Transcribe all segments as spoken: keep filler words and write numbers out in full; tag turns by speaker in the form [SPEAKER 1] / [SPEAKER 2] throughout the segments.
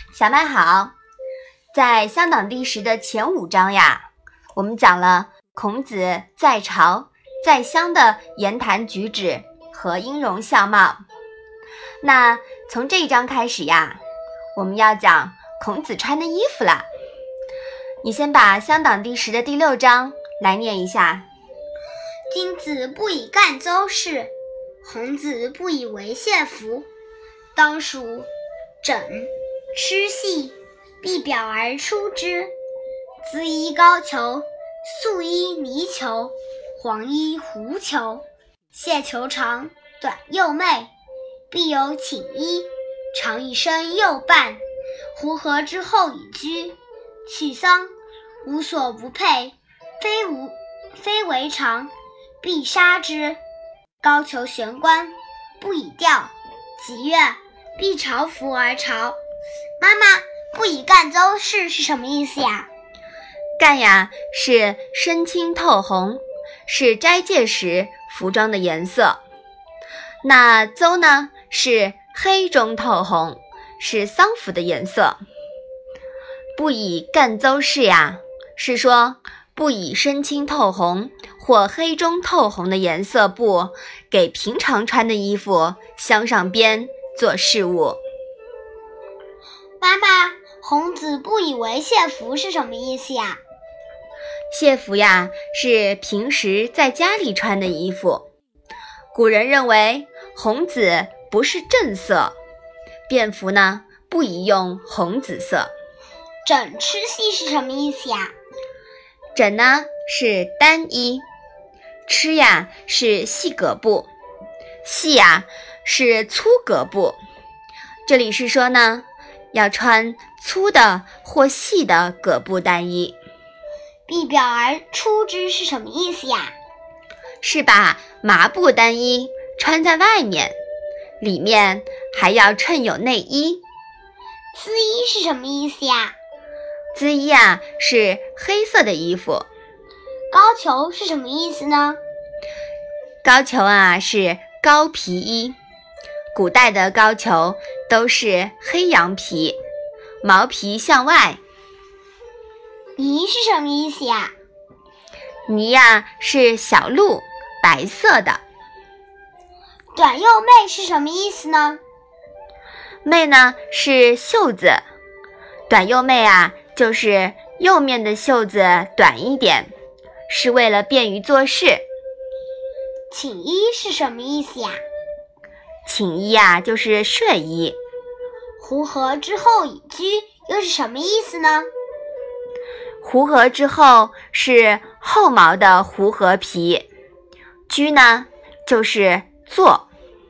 [SPEAKER 1] 小麦好，在乡党第十的前五章呀，我们讲了孔子在朝在乡的言谈举止和音容相貌。那从这一章开始呀，我们要讲孔子穿的衣服了。你先把乡党第十的第六章来念一下。
[SPEAKER 2] 君子不以干邹饰，孔子不以为谢服。当属枕螭细，必表而出之。缁衣高裘，素衣泥裘，黄衣狐裘。谢裘长，短右袂，必有寝衣，长一身右半。狐貉之后以居。去丧，无所不佩，非无非为常，必杀之。高俅悬冠，不以吊。吉月，必朝服而朝。妈妈，不以干邹饰是什么意思呀？
[SPEAKER 1] 干呀是深青透红，是斋戒时服装的颜色。那邹呢是黑中透红，是丧服的颜色。不以干邹饰呀，是说不以深青透红或黑中透红的颜色布给平常穿的衣服镶上边做饰物。
[SPEAKER 2] 妈妈，孔子不以为谢服是什么意思呀？
[SPEAKER 1] 谢服呀，是平时在家里穿的衣服。古人认为红子不是正色，便服呢不宜用红紫色。
[SPEAKER 2] 枕螭细是什么意思呀？
[SPEAKER 1] 枕呢是单衣，螭呀是细革布，细呀是粗革布。这里是说呢，要穿粗的或细的革布单衣。
[SPEAKER 2] 必表而出之是什么意思呀？
[SPEAKER 1] 是把麻布单衣穿在外面，里面还要衬有内衣。
[SPEAKER 2] 缁衣是什么意思呀？
[SPEAKER 1] 缁衣啊是黑色的衣服。
[SPEAKER 2] 高俅是什么意思呢？
[SPEAKER 1] 高俅啊是高皮衣，古代的高俅都是黑羊皮，毛皮向外。
[SPEAKER 2] 泥是什么意思呀？
[SPEAKER 1] 泥呀是小鹿，白色的。
[SPEAKER 2] 短右袂是什么意思呢？
[SPEAKER 1] 袂呢是袖子，短右袂啊就是右面的袖子短一点，是为了便于做事。
[SPEAKER 2] 寝衣是什么意思呀？
[SPEAKER 1] 寝衣啊就是睡衣。
[SPEAKER 2] 狐貉之后以居又是什么意思呢？
[SPEAKER 1] 狐貉之后是厚毛的狐貉皮，居呢就是坐。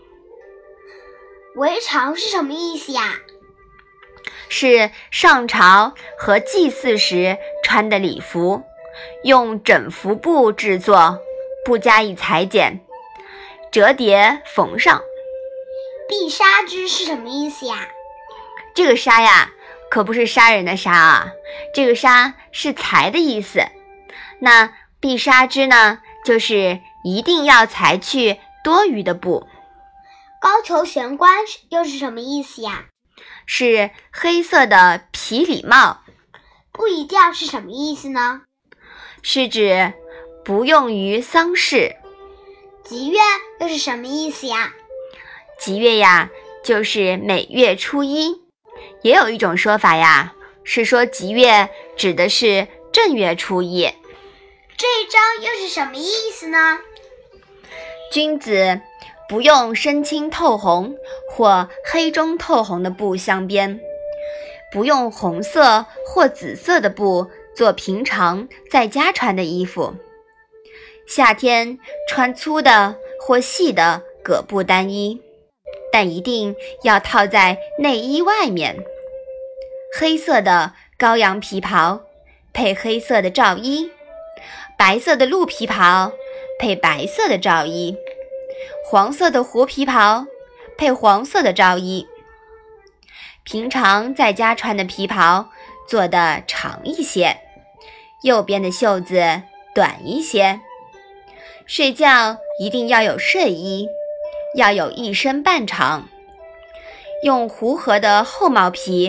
[SPEAKER 2] 为常是什么意思呀？
[SPEAKER 1] 是上朝和祭祀时穿的礼服，用整幅布制作，不加以裁剪，折叠缝上。
[SPEAKER 2] 必杀之是什么意思呀？
[SPEAKER 1] 这个杀呀可不是杀人的杀啊，这个杀是裁的意思。那必杀之呢，就是一定要裁去多余的布。
[SPEAKER 2] 高俅悬冠又是什么意思呀？
[SPEAKER 1] 是黑色的皮礼帽。
[SPEAKER 2] 不以吊是什么意思呢？
[SPEAKER 1] 是指不用于丧事。
[SPEAKER 2] 吉月又是什么意思呀？
[SPEAKER 1] 吉月呀就是每月初一。也有一种说法呀，是说吉月指的是正月初一。
[SPEAKER 2] 这一章又是什么意思呢？
[SPEAKER 1] 君子不用深青透红或黑中透红的布镶边，不用红色或紫色的布做平常在家穿的衣服。夏天穿粗的或细的革布单衣，但一定要套在内衣外面。黑色的羔羊皮袍配黑色的罩衣，白色的鹿皮袍配白色的罩衣，黄色的狐皮袍配黄色的罩衣。平常在家穿的皮袍做得长一些，右边的袖子短一些。睡觉一定要有睡衣，要有一身半长。用狐貉的厚毛皮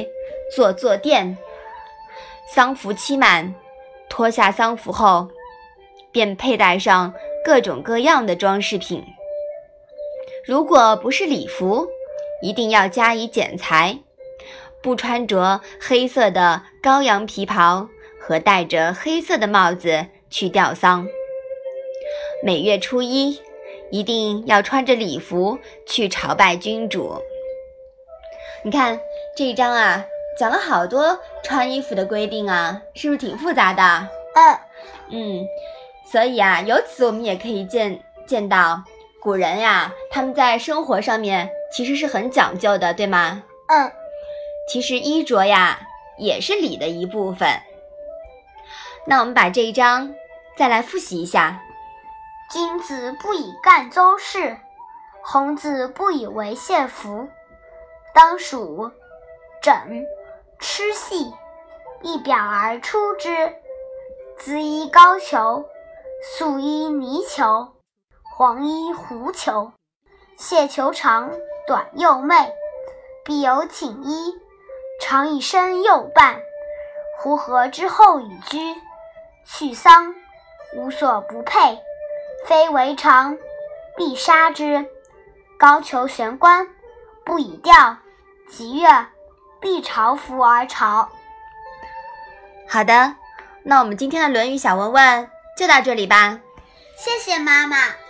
[SPEAKER 1] 做坐垫。丧服期满，脱下丧服后，便佩戴上各种各样的装饰品。如果不是礼服，一定要加以剪裁，不穿着黑色的羔羊皮袍和戴着黑色的帽子去吊丧。每月初一，一定要穿着礼服去朝拜君主。你看这一章啊，讲了好多穿衣服的规定啊，是不是挺复杂的？
[SPEAKER 2] 嗯
[SPEAKER 1] 嗯，所以啊，由此我们也可以见见到古人呀，他们在生活上面其实是很讲究的，对吗？
[SPEAKER 2] 嗯，
[SPEAKER 1] 其实衣着呀，也是礼的一部分。那我们把这一章再来复习一下。
[SPEAKER 2] 君子不以干邹事，孔子不以为谢服。当属枕螭系，一表而出之。紫衣高裘，素衣泥裘，黄衣狐裘。谢裘长，短又媚，必有锦衣，长以身右半。胡合之后以居，去丧，无所不佩，非为常，必杀之。高俅悬冠，不以吊，吉月，必朝服而朝。
[SPEAKER 1] 好的，那我们今天的《论语》小问问就到这里吧。
[SPEAKER 2] 谢谢妈妈。